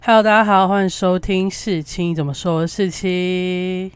Hello， 大家好，欢迎收听世青怎么说的世青。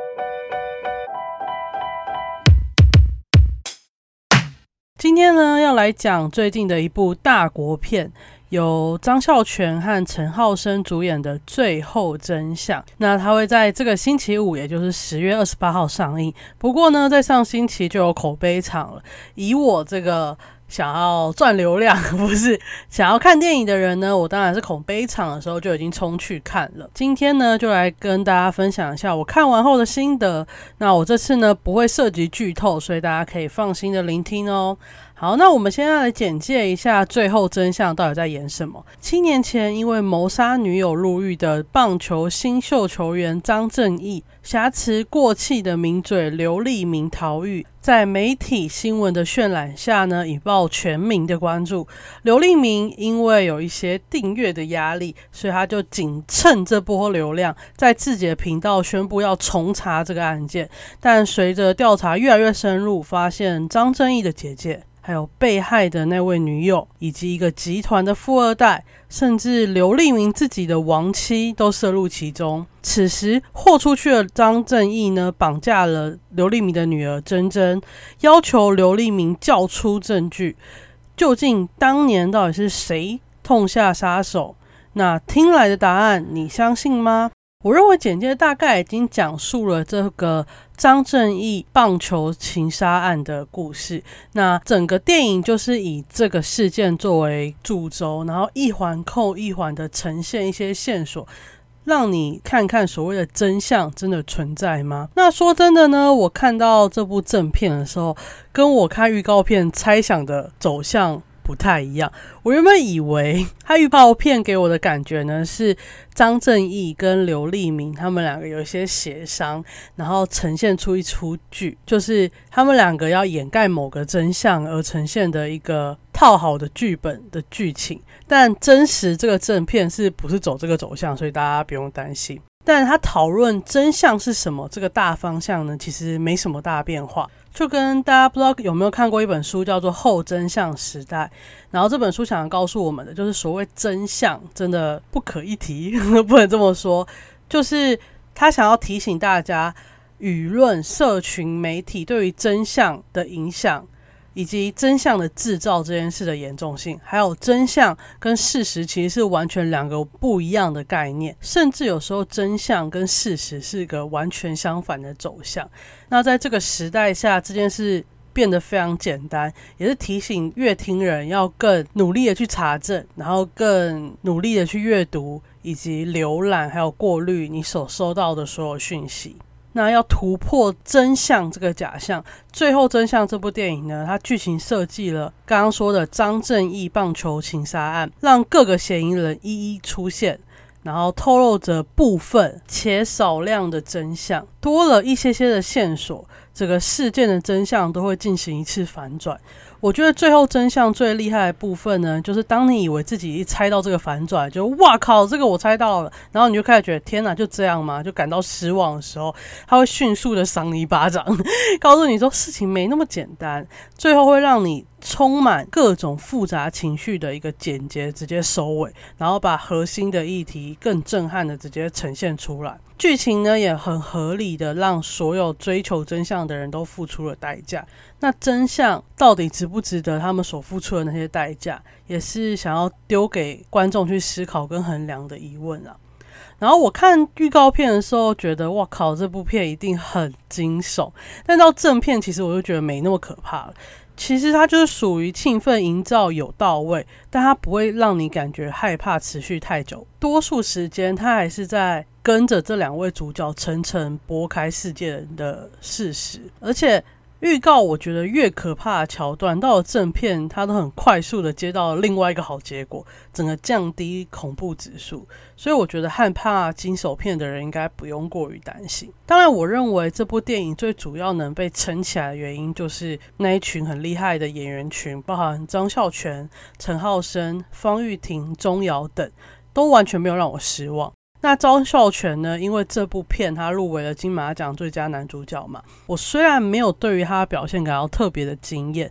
今天呢，要来讲最近的一部大国片，由张孝全和陈浩生主演的《最后真相》。那它会在这个星期五，也就是10月28号上映。不过呢，在上星期就有口碑场了。以我这个想要赚流量，不是想要看电影的人呢，我当然是口碑场的时候就已经冲去看了。今天呢，就来跟大家分享一下我看完后的心得。那我这次呢，不会涉及剧透，所以大家可以放心的聆听哦。好，那我们现在来简介一下《最后真相》到底在演什么。7年前，因为谋杀女友入狱的棒球新秀球员张正义，挟持过气的名嘴刘立明逃狱，在媒体新闻的渲染下呢，引爆全民的关注。刘立明因为有一些订阅的压力，所以他就仅趁这波流量，在自己的频道宣布要重查这个案件。但随着调查越来越深入，发现张正义的姐姐，还有被害的那位女友，以及一个集团的富二代，甚至刘立明自己的亡妻都涉入其中。此时豁出去的张正义呢，绑架了刘立明的女儿珍珍，要求刘立明交出证据。究竟当年到底是谁痛下杀手？那听来的答案你相信吗？我认为简介大概已经讲述了这个张正义棒球情杀案的故事。那整个电影就是以这个事件作为主轴，然后一环扣一环的呈现一些线索，让你看看所谓的真相真的存在吗？那说真的呢，我看到这部正片的时候，跟我看预告片猜想的走向不太一样。我原本以为他预告片给我的感觉呢，是张正义跟刘立明他们两个有一些协商，然后呈现出一出剧，就是他们两个要掩盖某个真相而呈现的一个套好的剧本的剧情。但真实这个正片是不是走这个走向，所以大家不用担心。但他讨论真相是什么这个大方向呢，其实没什么大变化。就跟大家不知道有没有看过一本书叫做《后真相时代》，然后这本书想要告诉我们的就是所谓真相真的不可一提不能这么说，就是他想要提醒大家舆论、社群媒体对于真相的影响，以及真相的制造这件事的严重性，还有真相跟事实其实是完全两个不一样的概念，甚至有时候真相跟事实是个完全相反的走向。那在这个时代下，这件事变得非常简单，也是提醒阅听人要更努力的去查证，然后更努力的去阅读以及浏览还有过滤你所收到的所有讯息。那要突破真相这个假象，最后真相这部电影呢，它剧情设计了刚刚说的张正义棒球情杀案，让各个嫌疑人一一出现，然后透露着部分且少量的真相，多了一些的线索，这个事件的真相都会进行一次反转。我觉得最后真相最厉害的部分呢，就是当你以为自己一猜到这个反转，就哇靠，这个我猜到了，然后你就开始觉得天哪，就这样吗？就感到失望的时候，他会迅速的赏你一巴掌，告诉你说事情没那么简单，最后会让你充满各种复杂情绪的一个简洁直接收尾，然后把核心的议题更震撼的直接呈现出来。剧情呢也很合理的让所有追求真相的人都付出了代价。那真相到底值不值得他们所付出的那些代价，也是想要丢给观众去思考跟衡量的疑问啊。然后我看预告片的时候觉得哇靠，这部片一定很惊悚，但到正片其实我就觉得没那么可怕了。其实它就是属于气氛营造有到位，但它不会让你感觉害怕持续太久，多数时间它还是在跟着这两位主角层层拨开世界的事实。而且预告我觉得越可怕的桥段到了正片，它都很快速的接到了另外一个好结果，整个降低恐怖指数。所以我觉得害怕惊悚片的人应该不用过于担心。当然我认为这部电影最主要能被撑起来的原因，就是那一群很厉害的演员群，包含张孝全、陈浩生、方玉婷、钟瑶等，都完全没有让我失望。那张孝全呢，因为这部片他入围了金马奖最佳男主角嘛，我虽然没有对于他的表现感到特别的惊艳，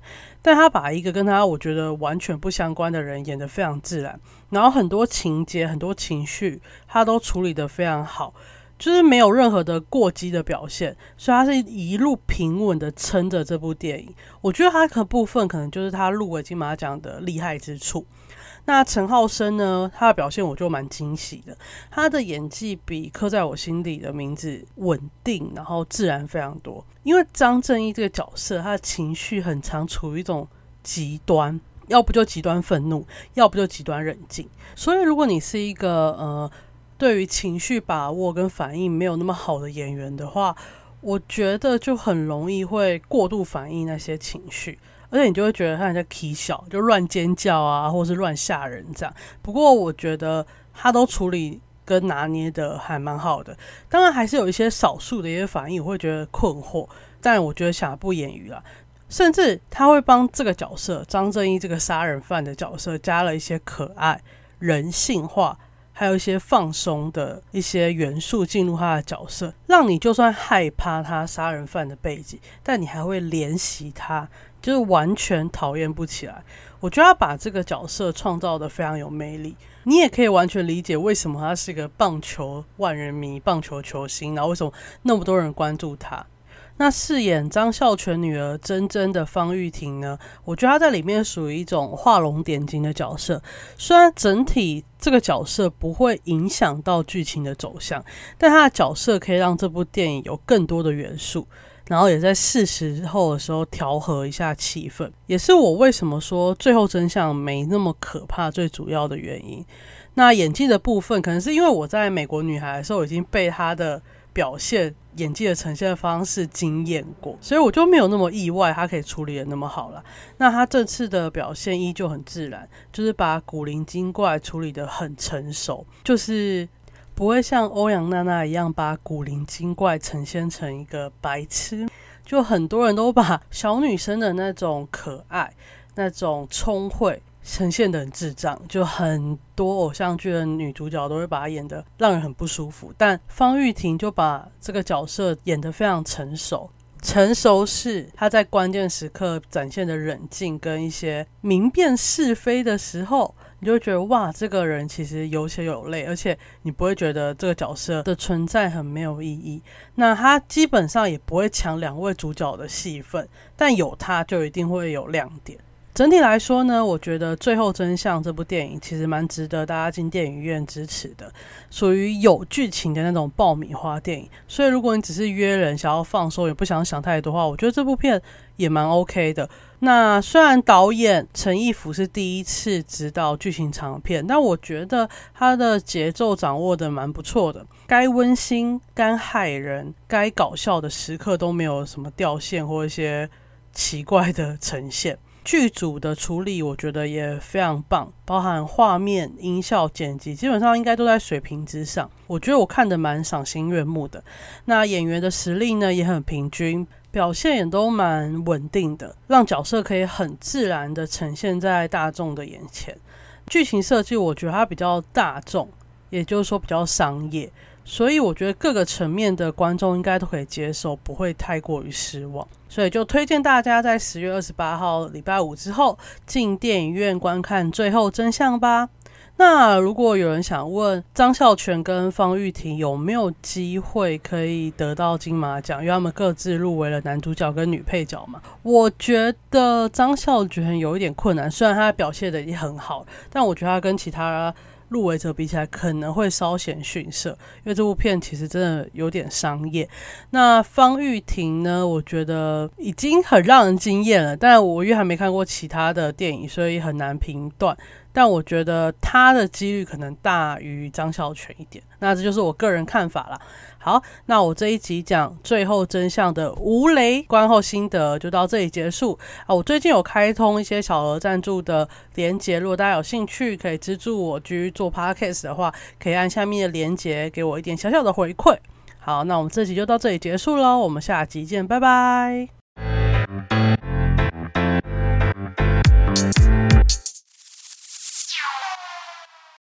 但他把一个跟他我觉得完全不相关的人演得非常自然，然后很多情节很多情绪他都处理得非常好，就是没有任何的过激的表现，所以他是一路平稳的撑着这部电影。我觉得他的部分可能就是他入围金马奖的厉害之处。那陈浩生呢，他的表现我就蛮惊喜的，他的演技比刻在我心里的名字稳定，然后自然非常多。因为张正义这个角色，他的情绪很常处于一种极端，要不就极端愤怒，要不就极端冷静。所以如果你是一个对于情绪把握跟反应没有那么好的演员的话，我觉得就很容易会过度反应那些情绪，而且你就会觉得他很像起笑，就乱尖叫啊，或是乱吓人这样。不过我觉得他都处理跟拿捏的还蛮好的，当然还是有一些少数的一些反应我会觉得困惑，但我觉得瑕不掩瑜啦。甚至他会帮这个角色张正义这个杀人犯的角色加了一些可爱、人性化，还有一些放松的一些元素进入他的角色，让你就算害怕他杀人犯的背景，但你还会怜惜他，就是完全讨厌不起来。我觉得他把这个角色创造的非常有魅力，你也可以完全理解为什么他是个棒球万人迷、棒球球星，然后为什么那么多人关注他。那饰演张孝全女儿珍珍的方玉婷呢，我觉得她在里面属于一种画龙点睛的角色，虽然整体这个角色不会影响到剧情的走向，但她的角色可以让这部电影有更多的元素，然后也在适时候的时候调和一下气氛，也是我为什么说最后真相没那么可怕最主要的原因。那演技的部分可能是因为我在美国女孩的时候已经被她的表现演技的呈现方式惊艳过，所以我就没有那么意外他可以处理的那么好了。那他这次的表现依旧很自然，就是把古灵精怪处理的很成熟，就是不会像欧阳娜娜一样把古灵精怪呈现成一个白痴。就很多人都把小女生的那种可爱、那种聪慧呈现得很智障，就很多偶像剧的女主角都会把她演得让人很不舒服，但方玉婷就把这个角色演得非常成熟。成熟是她在关键时刻展现的冷静跟一些明辨是非的时候，你就会觉得哇，这个人其实有血有泪，而且你不会觉得这个角色的存在很没有意义。那他基本上也不会抢两位主角的戏份，但有他就一定会有亮点。整体来说呢，我觉得《最后真相》这部电影其实蛮值得大家进电影院支持的，属于有剧情的那种爆米花电影。所以如果你只是约人想要放松，也不想想太多的话，我觉得这部片也蛮 OK 的。那虽然导演陈义甫是第一次执导剧情长片，但我觉得他的节奏掌握的蛮不错的，该温馨、该害人、该搞笑的时刻都没有什么掉线或一些奇怪的呈现。剧组的处理我觉得也非常棒，包含画面、音效、剪辑，基本上应该都在水平之上。我觉得我看得蛮赏心悦目的。那演员的实力呢也很平均，表现也都蛮稳定的，让角色可以很自然的呈现在大众的眼前。剧情设计我觉得它比较大众，也就是说比较商业，所以我觉得各个层面的观众应该都可以接受，不会太过于失望。所以就推荐大家在10月28号礼拜五之后进电影院观看《最后真相》吧。那如果有人想问张孝全跟方玉婷有没有机会可以得到金马奖，因为他们各自入围了男主角跟女配角嘛，我觉得张孝全有一点困难，虽然他表现的已经很好，但我觉得他跟其他入围者比起来可能会稍显逊色，因为这部片其实真的有点商业。那方玉婷呢，我觉得已经很让人惊艳了，但我因为还没看过其他的电影，所以很难评断，但我觉得他的几率可能大于张孝全一点，那这就是我个人看法啦。好，那我这一集讲最后真相的无雷观后心得就到这里结束我最近有开通一些小额赞助的连结，如果大家有兴趣可以资助我继续做 podcast 的话，可以按下面的连结给我一点小小的回馈。好，那我们这集就到这里结束咯，我们下集见，拜拜。